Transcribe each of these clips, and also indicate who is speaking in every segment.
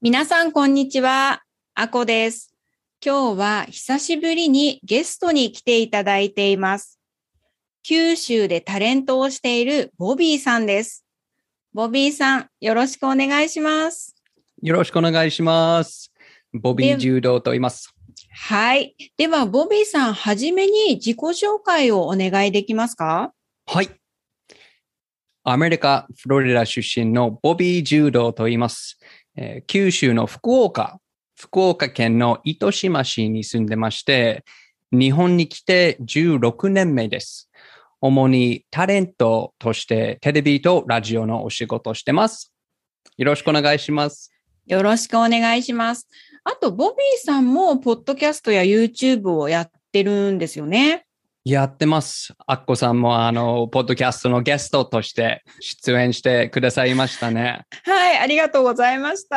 Speaker 1: 皆さん、こんにちは。あこです。今日は久しぶりにゲストに来ていただいています。九州でタレントをしているボビーさんです。ボビーさん、よろしくお願いします。
Speaker 2: よろしくお願いします。ボビー柔道と言います。
Speaker 1: はい。では、ボビーさん、はじめに自己紹介をお願いできますか？
Speaker 2: はい。アメリカ、フロリダ出身のボビー柔道と言います。九州の福岡県の糸島市に住んでまして、日本に来て16年目です。主にタレントとしてテレビとラジオのお仕事をしてます。よろしくお願いします。
Speaker 1: よろしくお願いします。あと、ボビーさんもポッドキャストや YouTube をやってるんですよね。
Speaker 2: やってます。アッコさんもポッドキャストのゲストとして出演してくださいましたね。
Speaker 1: はい、ありがとうございました。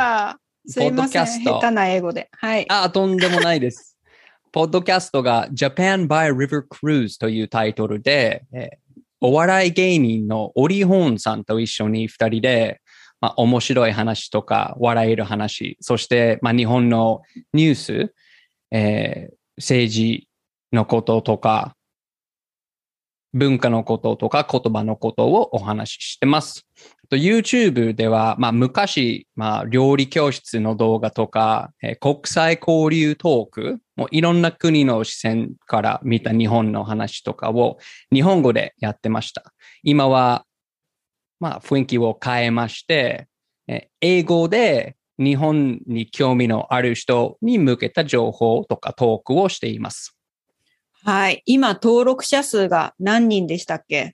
Speaker 1: すいません、下手な英語で。はい。
Speaker 2: とんでもないです。ポッドキャストが Japan by River Cruise というタイトルで、お笑い芸人のオリホーンさんと一緒に二人で、面白い話とか笑える話、そして、日本のニュース、政治のこととか、文化のこととか言葉のことをお話ししてます。YouTube では、昔、料理教室の動画とか、国際交流トーク、もういろんな国の視線から見た日本の話とかを日本語でやってました。今は、雰囲気を変えまして、英語で日本に興味のある人に向けた情報とかトークをしています。
Speaker 1: はい。今、登録者数が何人でしたっけ？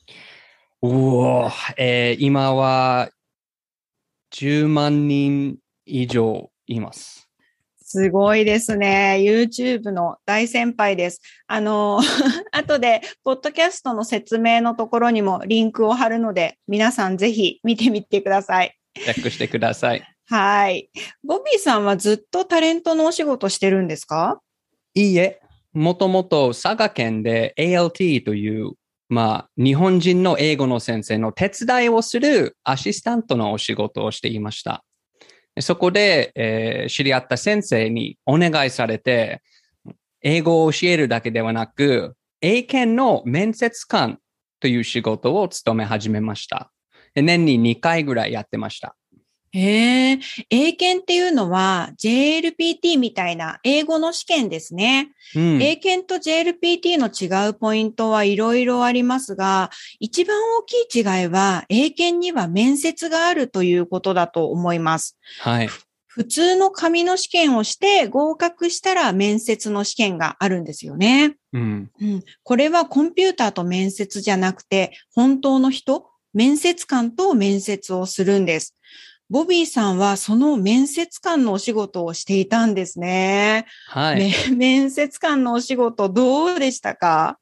Speaker 2: 今は10万人以上います。
Speaker 1: すごいですね。YouTube の大先輩です。後で、ポッドキャストの説明のところにもリンクを貼るので、皆さんぜひ見てみてください。
Speaker 2: チェックしてください。
Speaker 1: はい。ボビーさんはずっとタレントのお仕事してるんですか？
Speaker 2: いいえ、もともと佐賀県で ALT という、日本人の英語の先生の手伝いをするアシスタントのお仕事をしていました。そこで、知り合った先生にお願いされて、英語を教えるだけではなく、英検の面接官という仕事を務め始めました。年に2回ぐらいやってました。
Speaker 1: 英検っていうのは JLPT みたいな英語の試験ですね。英検と JLPT の違うポイントはいろいろありますが、一番大きい違いは英検には面接があるということだと思います。
Speaker 2: はい。
Speaker 1: 普通の紙の試験をして合格したら面接の試験があるんですよね。これはコンピューターと面接じゃなくて本当の人、面接官と面接をするんです。ボビーさんはその面接官のお仕事をしていたんですね。
Speaker 2: はい。
Speaker 1: 面接官のお仕事どうでしたか？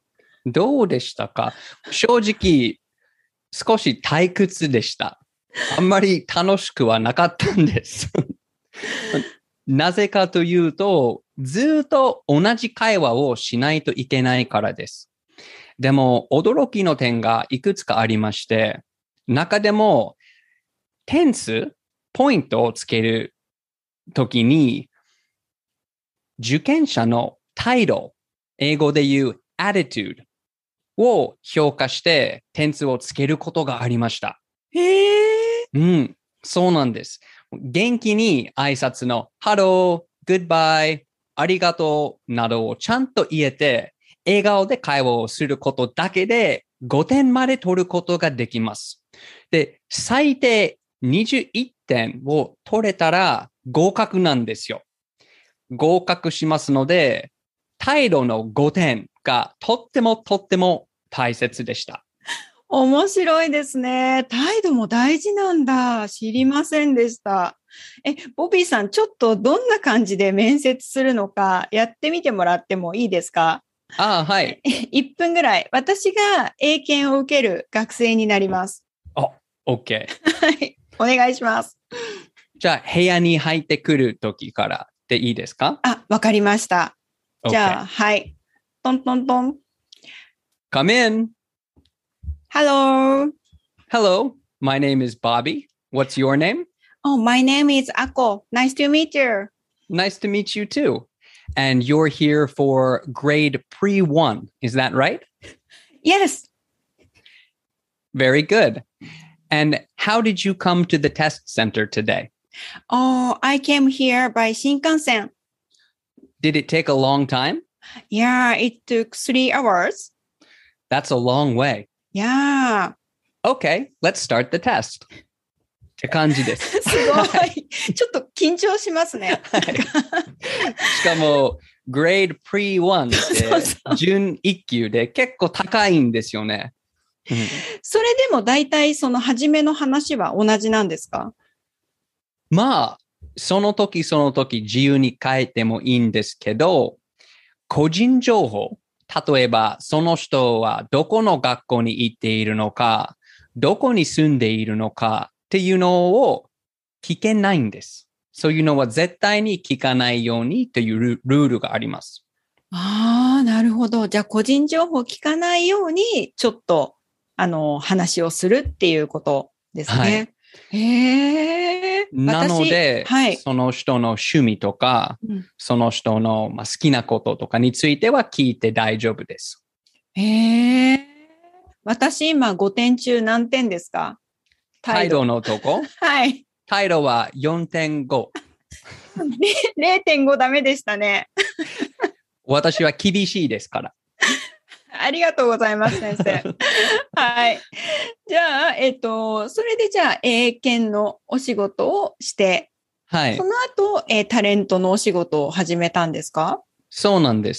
Speaker 2: 正直、少し退屈でした。あんまり楽しくはなかったんです。なぜかというと、ずっと同じ会話をしないといけないからです。でも、驚きの点がいくつかありまして、中でも、ポイントをつけるときに、受験者の態度、英語で言う attitude を評価して点数をつけることがありました。そうなんです。元気に挨拶の Hello, Goodbye, ありがとうなどをちゃんと言えて、笑顔で会話をすることだけで5点まで取ることができます。で、最低21点を取れたら合格なんですよ。合格しますので、態度の5点がとっても大切でした。
Speaker 1: 面白いですね。態度も大事なんだ。知りませんでした。ボビーさん、ちょっとどんな感じで面接するのかやってみてもらってもいいですか？
Speaker 2: はい。
Speaker 1: 1分ぐらい。私が英検を受ける学生になります。
Speaker 2: OK。
Speaker 1: はい。お願いします。
Speaker 2: じゃあ、部屋に入ってくるときからでいいですか？
Speaker 1: わかりました。じゃあ、
Speaker 2: OK。
Speaker 1: はい。トントントン。
Speaker 2: Come in.
Speaker 1: Hello.
Speaker 2: Hello. My name is Bobby. What's your name?
Speaker 1: Oh, my name is Ako. Nice to meet you.
Speaker 2: Nice to meet you too. And you're here for grade pre-1. Is that right?
Speaker 1: Yes.
Speaker 2: Very good. And how did you come to the test center today?
Speaker 1: Oh, I came here by Shinkansen.
Speaker 2: Did it take a long time?
Speaker 1: Yeah, it took 3 hours.
Speaker 2: That's a long way.
Speaker 1: Yeah.
Speaker 2: Okay, let's start the test. って感じです。
Speaker 1: すごい。ちょっと緊張しますね。
Speaker 2: しかも、グレード Pre-1 って準1級で結構高いんですよね。
Speaker 1: それでも大体その初めの話は同じなんですか？
Speaker 2: まあ、その時その時自由に変えてもいいんですけど、個人情報、例えばその人はどこの学校に行っているのか、どこに住んでいるのかっていうのを聞けないんです。そういうのは絶対に聞かないようにというルールがあります。
Speaker 1: ああ、なるほど。じゃあ個人情報を聞かないようにちょっと話をするっていうことですね。はい、へえ。
Speaker 2: なので、はい、その人の趣味とか、その人の好きなこととかについては聞いて大丈夫です。
Speaker 1: へえ。私今5点中何点ですか？
Speaker 2: 態度のとこ
Speaker 1: はい。
Speaker 2: 態度は 4.5。
Speaker 1: 0.5 ダメでしたね。
Speaker 2: 私は厳しいですから。
Speaker 1: ありがとうございます、先生。はい。じゃあ、それでじゃあ、英検のお仕事をして、はい。その後、タレントのお仕事を始めたんですか？
Speaker 2: そうなんです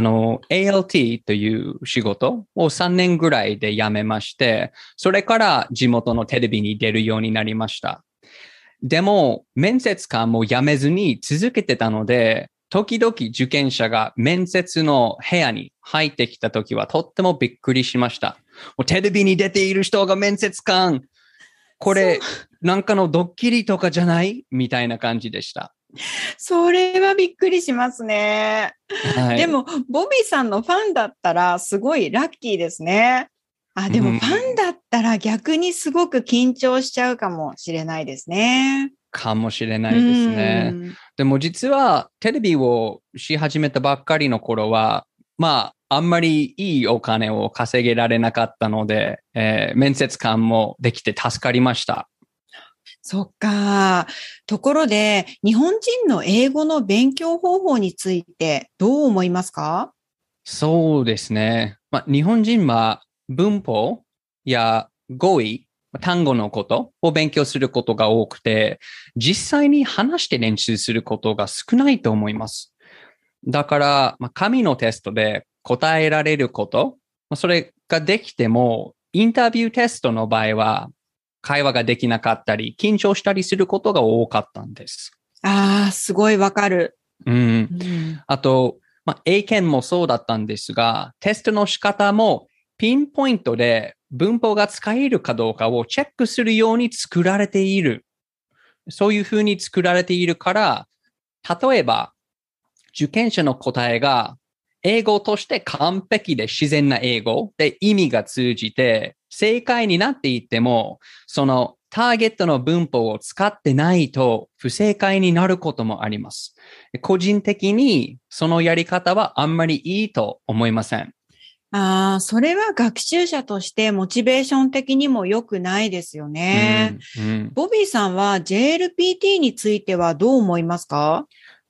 Speaker 2: 。ALT という仕事を3年ぐらいで辞めまして、それから地元のテレビに出るようになりました。でも、面接官も辞めずに続けてたので、時々受験者が面接の部屋に入ってきたときはとってもびっくりしました。テレビに出ている人が面接官。これ、なんかのドッキリとかじゃないみたいな感じでした。
Speaker 1: それはびっくりしますね。はい、でも、ボビーさんのファンだったらすごいラッキーですね。あ、でもファンだったら逆にすごく緊張しちゃうかもしれないですね。
Speaker 2: かもしれないですね。でも実はテレビをし始めたばっかりの頃は、あんまりいいお金を稼げられなかったので、面接官もできて助かりました。
Speaker 1: そっか。ところで、日本人の英語の勉強方法についてどう思いますか？
Speaker 2: そうですね。日本人は文法や語彙、単語のことを勉強することが多くて、実際に話して練習することが少ないと思います。だから、紙のテストで答えられること、それができても、インタビューテストの場合は、会話ができなかったり、緊張したりすることが多かったんです。
Speaker 1: ああ、すごいわかる。
Speaker 2: あと、英検もそうだったんですが、テストの仕方もピンポイントで文法が使えるかどうかをチェックするように作られている。そういうふうに作られているから、例えば、受験者の答えが英語として完璧で自然な英語で意味が通じて正解になっていても、そのターゲットの文法を使ってないと不正解になることもあります。個人的にそのやり方はあんまりいいと思いません。
Speaker 1: ああ、それは学習者としてモチベーション的にも良くないですよね。ボビーさんは JLPT についてはどう思いますか？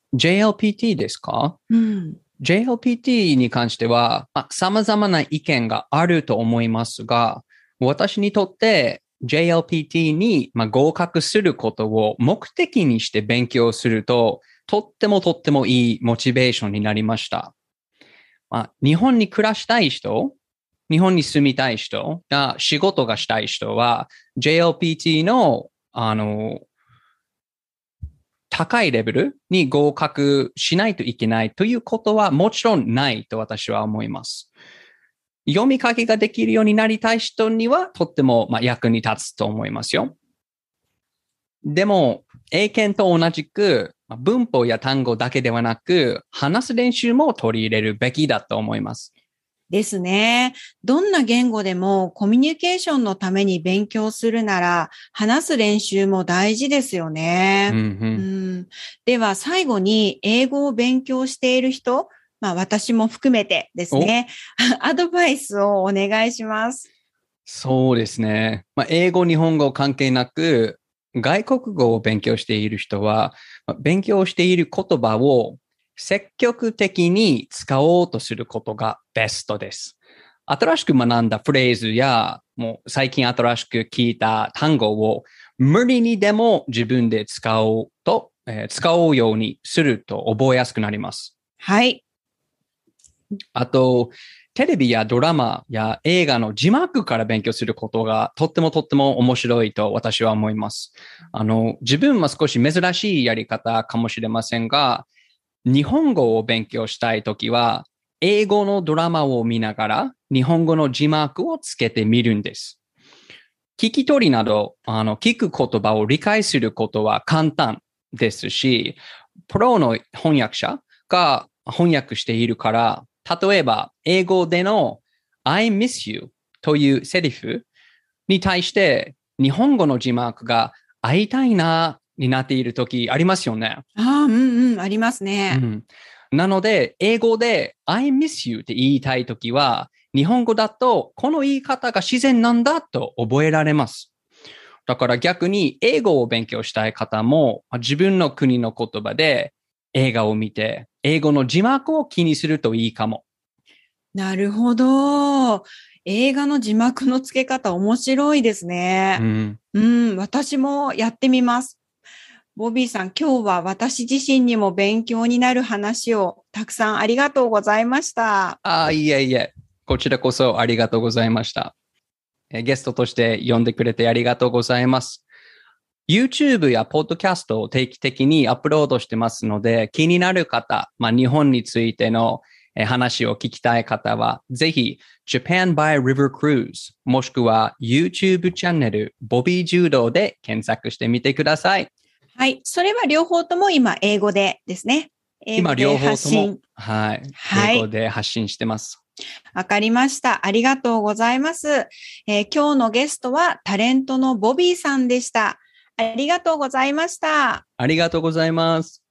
Speaker 2: JLPT ですか？JLPT に関しては、様々な意見があると思いますが、私にとって JLPT に合格することを目的にして勉強すると、とってもいいモチベーションになりました。日本に暮らしたい人、日本に住みたい人が仕事がしたい人は JLPT の高いレベルに合格しないといけないということはもちろんないと私は思います。読み書きができるようになりたい人にはとっても役に立つと思いますよ。でも、英検と同じく文法や単語だけではなく話す練習も取り入れるべきだと思います。
Speaker 1: ですね。どんな言語でもコミュニケーションのために勉強するなら、話す練習も大事ですよね。では最後に英語を勉強している人、私も含めてですね、アドバイスをお願いします。
Speaker 2: そうですね。英語、日本語関係なく、外国語を勉強している人は、勉強している言葉を積極的に使おうとすることがベストです。新しく学んだフレーズや、もう最近新しく聞いた単語を無理にでも自分で使おうようにすると覚えやすくなります。
Speaker 1: はい。
Speaker 2: あと、テレビやドラマや映画の字幕から勉強することがとっても面白いと私は思います。自分は少し珍しいやり方かもしれませんが、日本語を勉強したいときは、英語のドラマを見ながら日本語の字幕をつけてみるんです。聞き取りなど、聞く言葉を理解することは簡単ですし、プロの翻訳者が翻訳しているから、例えば、英語での I miss you というセリフに対して、日本語の字幕が会いたいなになっているときありますよね。
Speaker 1: ありますね。
Speaker 2: なので、英語で I miss you って言いたいときは、日本語だとこの言い方が自然なんだと覚えられます。だから逆に英語を勉強したい方も自分の国の言葉で映画を見て英語の字幕を気にするといいかも。
Speaker 1: なるほど。映画の字幕の付け方面白いですね。私もやってみます。ボビーさん、今日は私自身にも勉強になる話をたくさんありがとうございました。
Speaker 2: いえ。こちらこそありがとうございました。ゲストとして呼んでくれてありがとうございます。YouTube や Podcast を定期的にアップロードしてますので、気になる方、日本についての話を聞きたい方は、ぜひ Japan by River Cruise もしくは YouTube チャンネルボビー柔道で検索してみてください。
Speaker 1: はい。それは両方とも今英語でですね。
Speaker 2: 今両方とも、英語で発信してます。
Speaker 1: わかりました。ありがとうございます。今日のゲストはタレントのボビーさんでした。ありがとうございました。
Speaker 2: ありがとうございます。